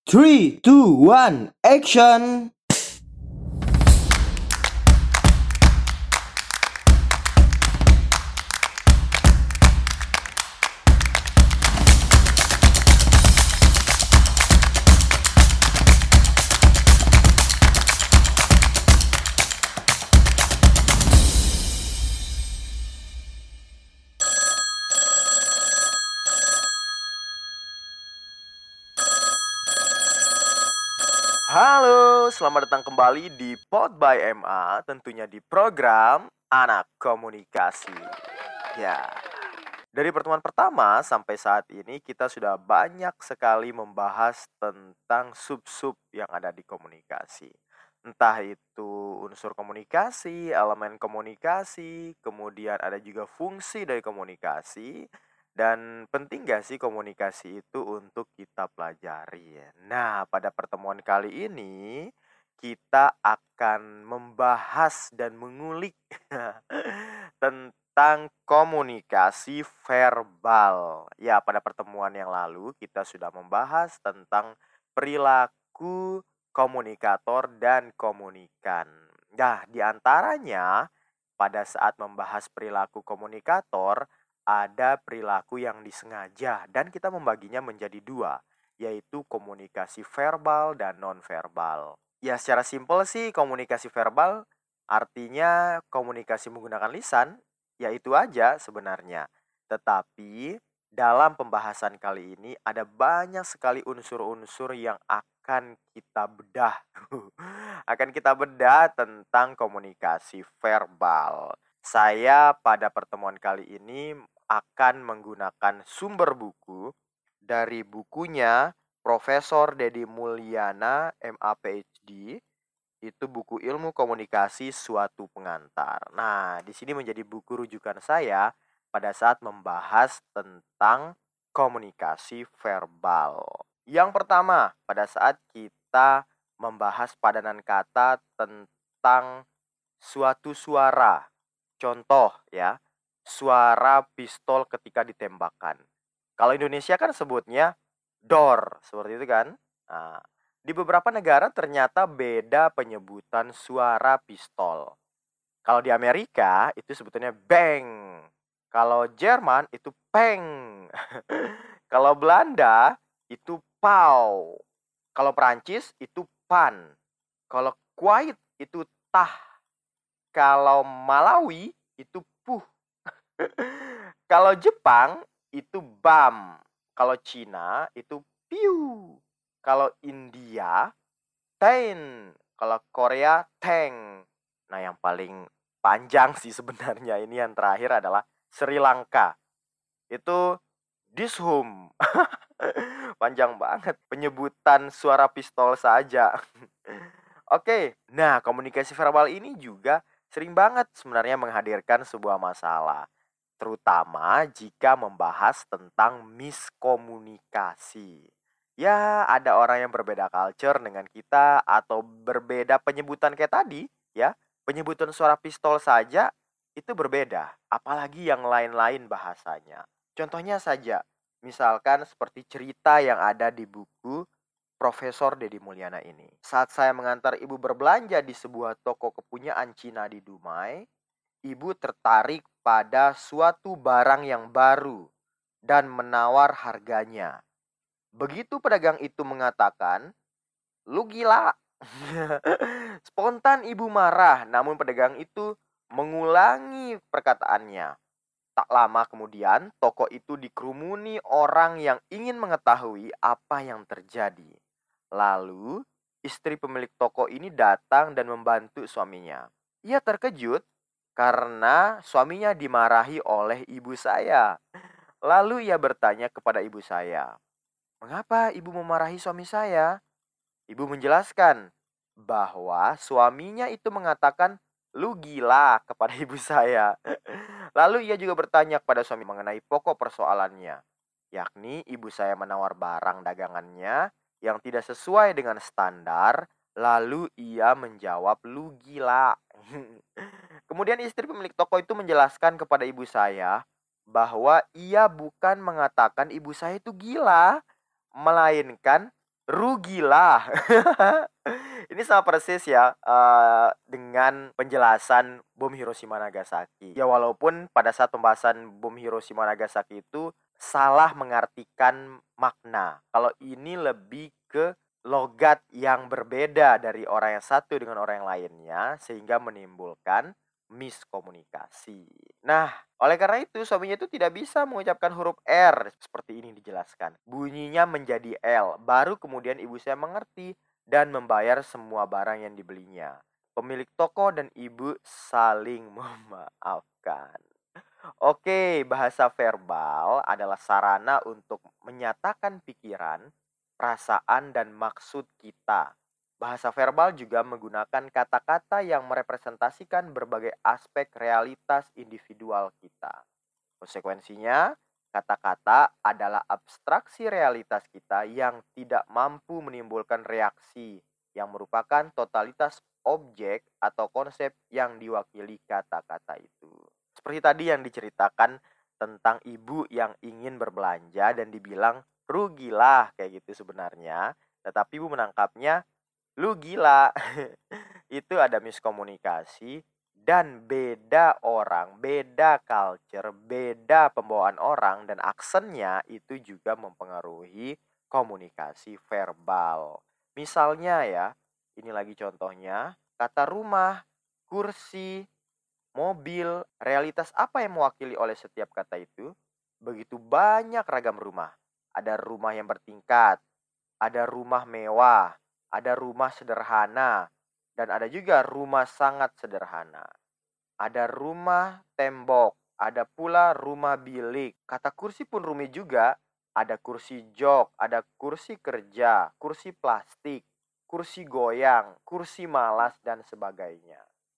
Three, two, one, action! Halo, selamat datang kembali di Pod by MA, tentunya di program Anak Komunikasi. Ya, dari pertemuan pertama sampai saat ini kita sudah banyak sekali membahas tentang sub-sub yang ada di komunikasi. Entah itu unsur komunikasi, elemen komunikasi, kemudian ada juga fungsi dari komunikasi, dan penting gak sih komunikasi itu untuk kita pelajari ya? Nah, pada pertemuan kali ini kita akan membahas dan mengulik tentang komunikasi verbal. Ya, pada pertemuan yang lalu kita sudah membahas tentang perilaku komunikator dan komunikan. Nah, di antaranya pada saat membahas perilaku komunikator, ada perilaku yang disengaja dan kita membaginya menjadi dua, yaitu komunikasi verbal dan non-verbal. Ya, secara simpel sih komunikasi verbal artinya komunikasi menggunakan lisan, yaitu aja sebenarnya. Tetapi dalam pembahasan kali ini ada banyak sekali unsur-unsur yang akan kita bedah. Akan kita bedah tentang komunikasi verbal. Saya pada pertemuan kali ini akan menggunakan sumber buku dari bukunya Profesor Dedi Mulyana, MA PhD, itu buku Ilmu Komunikasi Suatu Pengantar. Nah, di sini menjadi buku rujukan saya pada saat membahas tentang komunikasi verbal. Yang pertama, pada saat kita membahas padanan kata tentang suatu suara. Contoh ya, suara pistol ketika ditembakkan. Kalau Indonesia kan sebutnya dor, seperti itu kan. Nah, di beberapa negara ternyata beda penyebutan suara pistol. Kalau di Amerika itu sebetulnya bang. Kalau Jerman itu peng. Kalau Belanda itu pau. Kalau Perancis itu pan. Kalau Kuwait itu tah. Kalau Malawi itu puh. Kalau Jepang itu bam. Kalau Cina itu piu. Kalau India ten. Kalau Korea teng. Nah, yang paling panjang sih sebenarnya ini yang terakhir adalah Sri Lanka. Itu dishum. Panjang banget penyebutan suara pistol saja. Oke, nah komunikasi verbal ini juga sering banget sebenarnya menghadirkan sebuah masalah. Terutama jika membahas tentang miskomunikasi. Ya, ada orang yang berbeda culture dengan kita atau berbeda penyebutan kayak tadi, ya. Penyebutan suara pistol saja itu berbeda, apalagi yang lain-lain bahasanya. Contohnya saja, misalkan seperti cerita yang ada di buku Profesor Dedi Mulyana ini. Saat saya mengantar ibu berbelanja di sebuah toko kepunyaan Cina di Dumai, ibu tertarik pada suatu barang yang baru dan menawar harganya. Begitu pedagang itu mengatakan, "Lu gila." Spontan ibu marah, namun pedagang itu mengulangi perkataannya. Tak lama kemudian, toko itu dikerumuni orang yang ingin mengetahui apa yang terjadi. Lalu, istri pemilik toko ini datang dan membantu suaminya. Ia terkejut karena suaminya dimarahi oleh ibu saya. Lalu ia bertanya kepada ibu saya, "Mengapa ibu memarahi suami saya?" Ibu menjelaskan bahwa suaminya itu mengatakan, "Lu gila," kepada ibu saya. Lalu ia juga bertanya kepada suami mengenai pokok persoalannya, yakni ibu saya menawar barang dagangannya yang tidak sesuai dengan standar, lalu ia menjawab, "Lu gila." Kemudian istri pemilik toko itu menjelaskan kepada ibu saya bahwa ia bukan mengatakan ibu saya itu gila, melainkan rugilah. Ini sama persis ya, dengan penjelasan bom Hiroshima Nagasaki. Ya walaupun pada saat pembahasan bom Hiroshima Nagasaki itu salah mengartikan makna. Kalau ini lebih ke logat yang berbeda dari orang yang satu dengan orang yang lainnya sehingga menimbulkan miskomunikasi. Nah, oleh karena itu suaminya itu tidak bisa mengucapkan huruf R seperti ini dijelaskan. Bunyinya menjadi L, baru kemudian ibu saya mengerti dan membayar semua barang yang dibelinya. Pemilik toko dan ibu saling memaafkan. Oke, bahasa verbal adalah sarana untuk menyatakan pikiran, perasaan, dan maksud kita. Bahasa verbal juga menggunakan kata-kata yang merepresentasikan berbagai aspek realitas individual kita. Konsekuensinya, kata-kata adalah abstraksi realitas kita yang tidak mampu menimbulkan reaksi, yang merupakan totalitas objek atau konsep yang diwakili kata-kata itu. Seperti tadi yang diceritakan tentang ibu yang ingin berbelanja dan dibilang rugilah kayak gitu sebenarnya, tetapi ibu menangkapnya lu gila. Itu ada miskomunikasi dan beda orang, beda culture, beda pembawaan orang dan aksennya itu juga mempengaruhi komunikasi verbal. Misalnya ya, ini lagi contohnya, kata rumah, kursi, mobil, realitas apa yang mewakili oleh setiap kata itu? Begitu banyak ragam rumah. Ada rumah yang bertingkat, ada rumah mewah, ada rumah sederhana, dan ada juga rumah sangat sederhana. Ada rumah tembok, ada pula rumah bilik. Kata kursi pun rumit juga. Ada kursi jok, ada kursi kerja, kursi plastik, kursi goyang, kursi malas, dan sebagainya.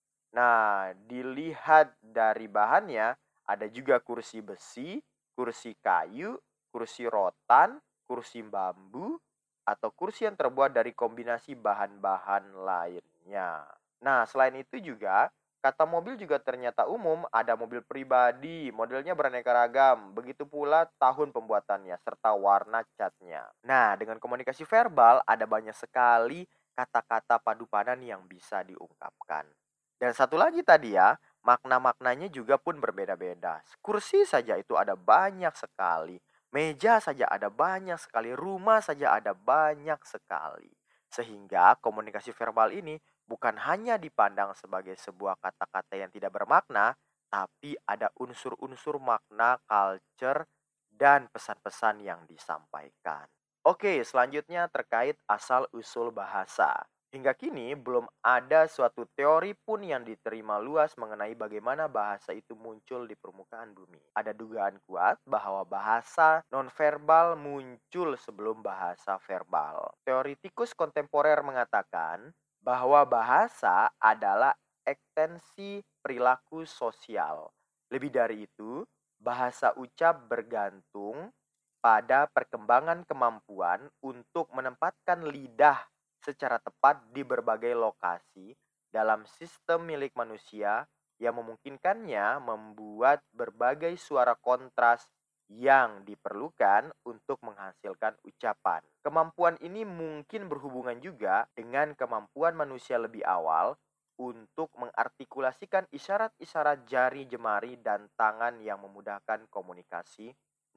Nah, dilihat dari bahannya, ada juga kursi besi, kursi kayu, kursi rotan, kursi bambu, atau kursi yang terbuat dari kombinasi bahan-bahan lainnya. Nah, selain itu juga, kata mobil juga ternyata umum, ada mobil pribadi, modelnya beraneka ragam, begitu pula tahun pembuatannya, serta warna catnya. Nah, dengan komunikasi verbal, ada banyak sekali kata-kata padupadan yang bisa diungkapkan. Dan satu lagi tadi ya, makna-maknanya juga pun berbeda-beda. Kursi saja itu ada banyak sekali. Meja saja ada banyak sekali. Rumah saja ada banyak sekali. Sehingga komunikasi verbal ini bukan hanya dipandang sebagai sebuah kata-kata yang tidak bermakna, tapi ada unsur-unsur makna, culture, dan pesan-pesan yang disampaikan. Oke, selanjutnya terkait asal-usul bahasa. Hingga kini belum ada suatu teori pun yang diterima luas mengenai bagaimana bahasa itu muncul di permukaan bumi. Ada dugaan kuat bahwa bahasa nonverbal muncul sebelum bahasa verbal. Teoritikus kontemporer mengatakan bahwa bahasa adalah ekstensi perilaku sosial. Lebih dari itu, bahasa ucap bergantung pada perkembangan kemampuan untuk menempatkan lidah secara tepat di berbagai lokasi dalam sistem milik manusia yang memungkinkannya membuat berbagai suara kontras yang diperlukan untuk menghasilkan ucapan. Kemampuan ini mungkin berhubungan juga dengan kemampuan manusia lebih awal untuk mengartikulasikan isyarat-isyarat jari jemari dan tangan yang memudahkan komunikasi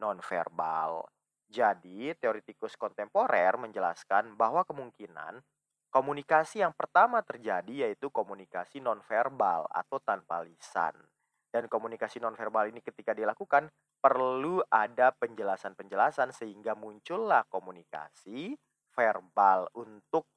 nonverbal. Jadi, teoritikus kontemporer menjelaskan bahwa kemungkinan komunikasi yang pertama terjadi yaitu komunikasi nonverbal atau tanpa lisan. Dan komunikasi nonverbal ini ketika dilakukan perlu ada penjelasan-penjelasan sehingga muncullah komunikasi verbal untuk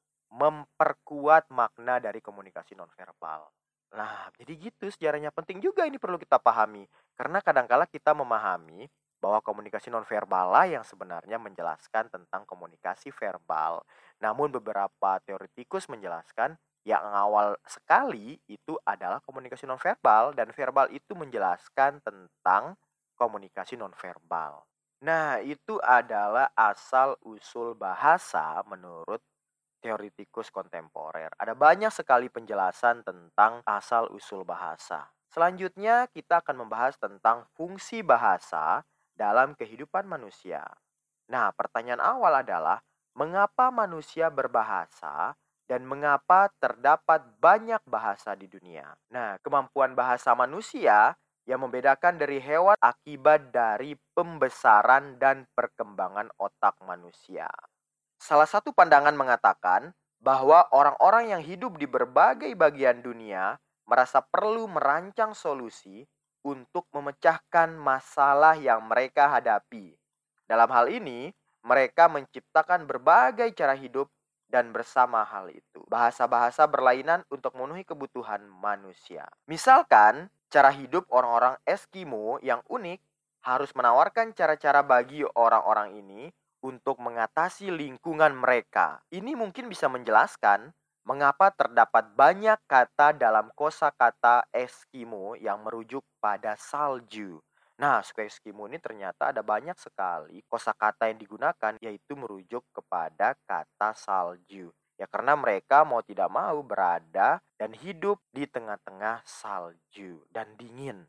memperkuat makna dari komunikasi nonverbal. Nah, jadi gitu sejarahnya penting juga ini perlu kita pahami. Karena kadangkala kita memahami bahwa komunikasi nonverbal lah yang sebenarnya menjelaskan tentang komunikasi verbal. Namun beberapa teoretikus menjelaskan yang awal sekali itu adalah komunikasi nonverbal dan verbal itu menjelaskan tentang komunikasi nonverbal. Nah, itu adalah asal-usul bahasa menurut teoritikus kontemporer. Ada banyak sekali penjelasan tentang asal-usul bahasa. Selanjutnya, kita akan membahas tentang fungsi bahasa dalam kehidupan manusia. Nah, pertanyaan awal adalah, mengapa manusia berbahasa dan mengapa terdapat banyak bahasa di dunia. Nah, kemampuan bahasa manusia yang membedakan dari hewan akibat dari pembesaran dan perkembangan otak manusia. Salah satu pandangan mengatakan bahwa orang-orang yang hidup di berbagai bagian dunia merasa perlu merancang solusi untuk memecahkan masalah yang mereka hadapi. Dalam hal ini, mereka menciptakan berbagai cara hidup dan bersama hal itu, bahasa-bahasa berlainan untuk memenuhi kebutuhan manusia. Misalkan, cara hidup orang-orang Eskimo yang unik harus menawarkan cara-cara bagi orang-orang ini untuk mengatasi lingkungan mereka. Ini mungkin bisa menjelaskan mengapa terdapat banyak kata dalam kosakata Eskimo yang merujuk pada salju. Nah, suku Eskimo ini ternyata ada banyak sekali kosakata yang digunakan yaitu merujuk kepada kata salju. Ya karena mereka mau tidak mau berada dan hidup di tengah-tengah salju dan dingin.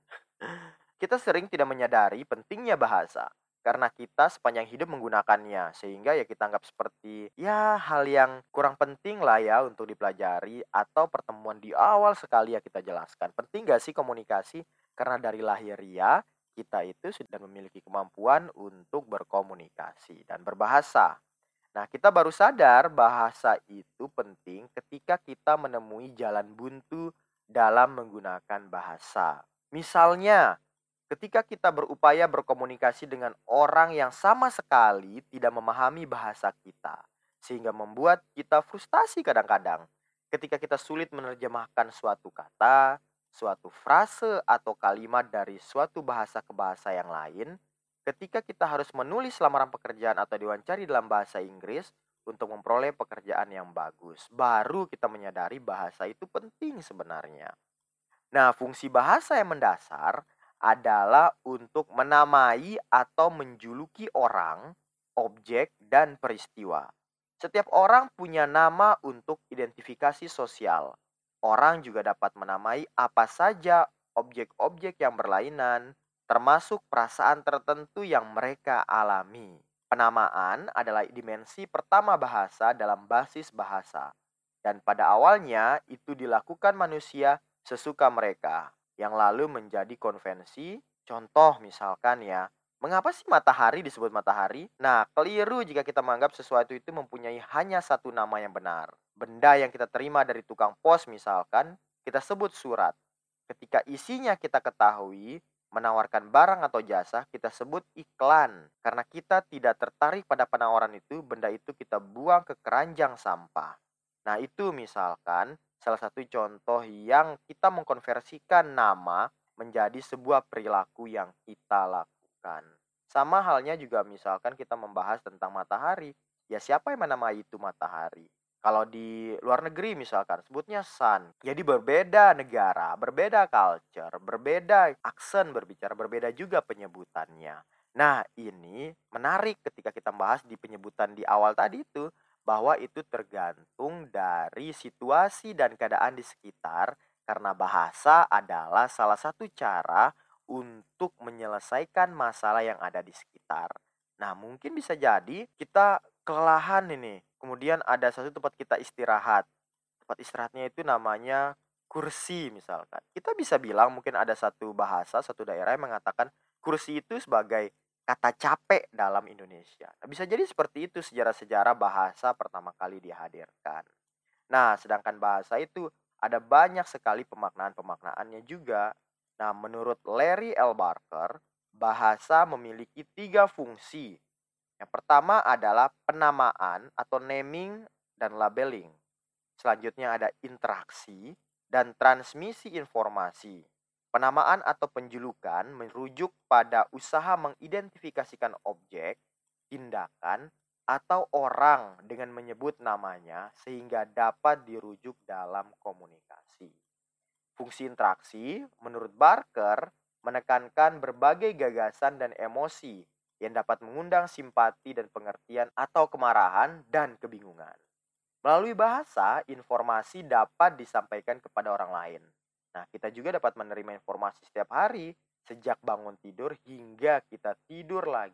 Kita sering tidak menyadari pentingnya bahasa karena kita sepanjang hidup menggunakannya sehingga ya kita anggap seperti ya hal yang kurang penting lah ya untuk dipelajari atau pertemuan di awal sekali ya kita jelaskan. Penting gak sih komunikasi? Karena dari lahiriah kita itu sudah memiliki kemampuan untuk berkomunikasi dan berbahasa. Nah, kita baru sadar bahasa itu penting ketika kita menemui jalan buntu dalam menggunakan bahasa. Misalnya, ketika kita berupaya berkomunikasi dengan orang yang sama sekali tidak memahami bahasa kita, sehingga membuat kita frustasi kadang-kadang. Ketika kita sulit menerjemahkan suatu kata, suatu frase atau kalimat dari suatu bahasa ke bahasa yang lain, ketika kita harus menulis lamaran pekerjaan atau diwawancari dalam bahasa Inggris untuk memperoleh pekerjaan yang bagus, baru kita menyadari bahasa itu penting sebenarnya. Nah, fungsi bahasa yang mendasar adalah untuk menamai atau menjuluki orang, objek, dan peristiwa. Setiap orang punya nama untuk identifikasi sosial. Orang juga dapat menamai apa saja objek-objek yang berlainan, termasuk perasaan tertentu yang mereka alami. Penamaan adalah dimensi pertama bahasa dalam basis bahasa. Dan pada awalnya itu dilakukan manusia sesuka mereka, yang lalu menjadi konvensi. Contoh misalkan ya, mengapa sih matahari disebut matahari? Nah, keliru jika kita menganggap sesuatu itu mempunyai hanya satu nama yang benar. Benda yang kita terima dari tukang pos misalkan, kita sebut surat. Ketika isinya kita ketahui, menawarkan barang atau jasa, kita sebut iklan. Karena kita tidak tertarik pada penawaran itu, benda itu kita buang ke keranjang sampah. Nah, itu misalkan salah satu contoh yang kita mengkonversikan nama menjadi sebuah perilaku yang kita lakukan. Sama halnya juga misalkan kita membahas tentang matahari. Ya siapa yang menamai itu matahari? Kalau di luar negeri misalkan sebutnya sun. Jadi berbeda negara, berbeda culture, berbeda aksen berbicara, berbeda juga penyebutannya. Nah, ini menarik ketika kita bahas di penyebutan di awal tadi itu bahwa itu tergantung dari situasi dan keadaan di sekitar karena bahasa adalah salah satu cara untuk menyelesaikan masalah yang ada di sekitar. Nah, mungkin bisa jadi kita kelelahan ini. Kemudian ada satu tempat kita istirahat. Tempat istirahatnya itu namanya kursi misalkan. Kita bisa bilang mungkin ada satu bahasa, satu daerah yang mengatakan kursi itu sebagai kata capek dalam Indonesia. Nah, bisa jadi seperti itu sejarah-sejarah bahasa pertama kali dihadirkan. Nah, sedangkan bahasa itu ada banyak sekali pemaknaan-pemaknaannya juga. Nah, menurut Larry L. Barker, bahasa memiliki tiga fungsi. Yang pertama adalah penamaan atau naming dan labeling. Selanjutnya ada interaksi dan transmisi informasi. Penamaan atau penjulukan merujuk pada usaha mengidentifikasikan objek, tindakan, atau orang dengan menyebut namanya sehingga dapat dirujuk dalam komunikasi. Fungsi interaksi, menurut Barker, menekankan berbagai gagasan dan emosi yang dapat mengundang simpati dan pengertian atau kemarahan dan kebingungan. Melalui bahasa, informasi dapat disampaikan kepada orang lain. Nah, kita juga dapat menerima informasi setiap hari, sejak bangun tidur hingga kita tidur lagi.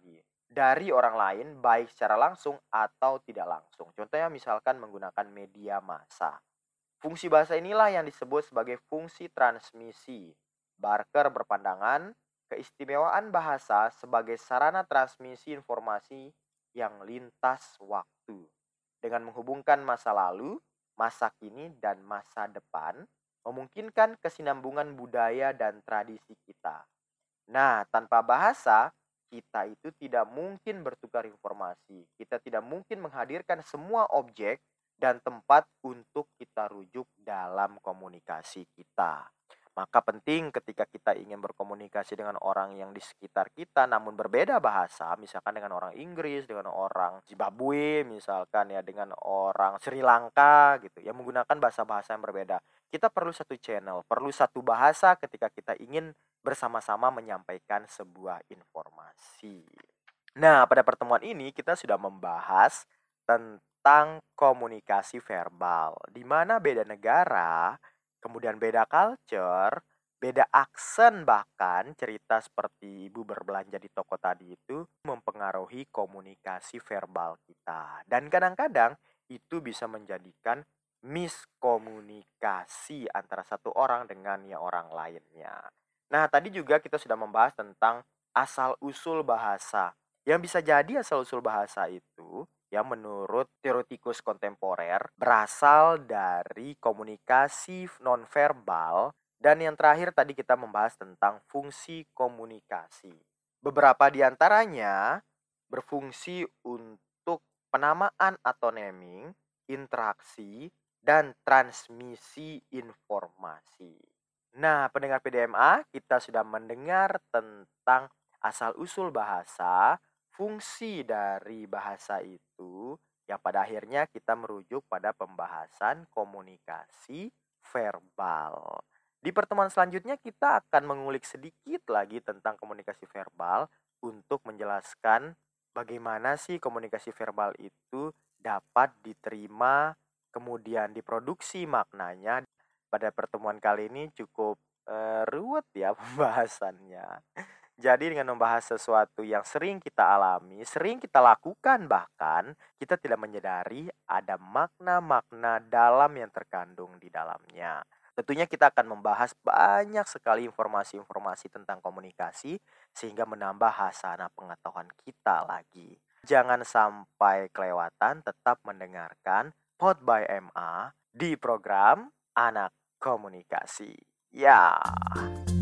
dari orang lain baik secara langsung atau tidak langsung. Contohnya misalkan menggunakan media massa. Fungsi bahasa inilah yang disebut sebagai fungsi transmisi. Barker berpandangan keistimewaan bahasa sebagai sarana transmisi informasi yang lintas waktu. Dengan menghubungkan masa lalu, masa kini, dan masa depan, memungkinkan kesinambungan budaya dan tradisi kita. Nah, tanpa bahasa, kita itu tidak mungkin bertukar informasi. Kita tidak mungkin menghadirkan semua objek dan tempat untuk kita rujuk dalam komunikasi kita. Maka penting ketika kita ingin berkomunikasi dengan orang yang di sekitar kita namun berbeda bahasa, misalkan dengan orang Inggris, dengan orang Zimbabwe, misalkan ya dengan orang Sri Lanka gitu, yang menggunakan bahasa-bahasa yang berbeda. Kita perlu satu channel, perlu satu bahasa ketika kita ingin bersama-sama menyampaikan sebuah informasi. Nah, pada pertemuan ini kita sudah membahas tentang komunikasi verbal, di mana beda negara, kemudian beda culture, beda aksen, bahkan cerita seperti ibu berbelanja di toko tadi itu mempengaruhi komunikasi verbal kita. Dan kadang-kadang itu bisa menjadikan miskomunikasi antara satu orang dengan ya orang lainnya. Nah, tadi juga kita sudah membahas tentang asal-usul bahasa. Yang bisa jadi asal-usul bahasa itu yang menurut teoretikus kontemporer berasal dari komunikasi nonverbal, dan yang terakhir tadi kita membahas tentang fungsi komunikasi. Beberapa di antaranya berfungsi untuk penamaan atau naming, interaksi, dan transmisi informasi. Nah, pendengar PDMA, kita sudah mendengar tentang asal-usul bahasa, fungsi dari bahasa itu, yang pada akhirnya kita merujuk pada pembahasan komunikasi verbal. Di pertemuan selanjutnya kita akan mengulik sedikit lagi tentang komunikasi verbal untuk menjelaskan bagaimana sih komunikasi verbal itu dapat diterima, kemudian diproduksi maknanya. Pada pertemuan kali ini cukup ruwet ya pembahasannya. Jadi dengan membahas sesuatu yang sering kita alami, sering kita lakukan, bahkan kita tidak menyadari ada makna-makna dalam yang terkandung di dalamnya. Tentunya kita akan membahas banyak sekali informasi-informasi tentang komunikasi sehingga menambah hasanah pengetahuan kita lagi. Jangan sampai kelewatan, tetap mendengarkan Pod by MA di program Anak Komunikasi. Ya.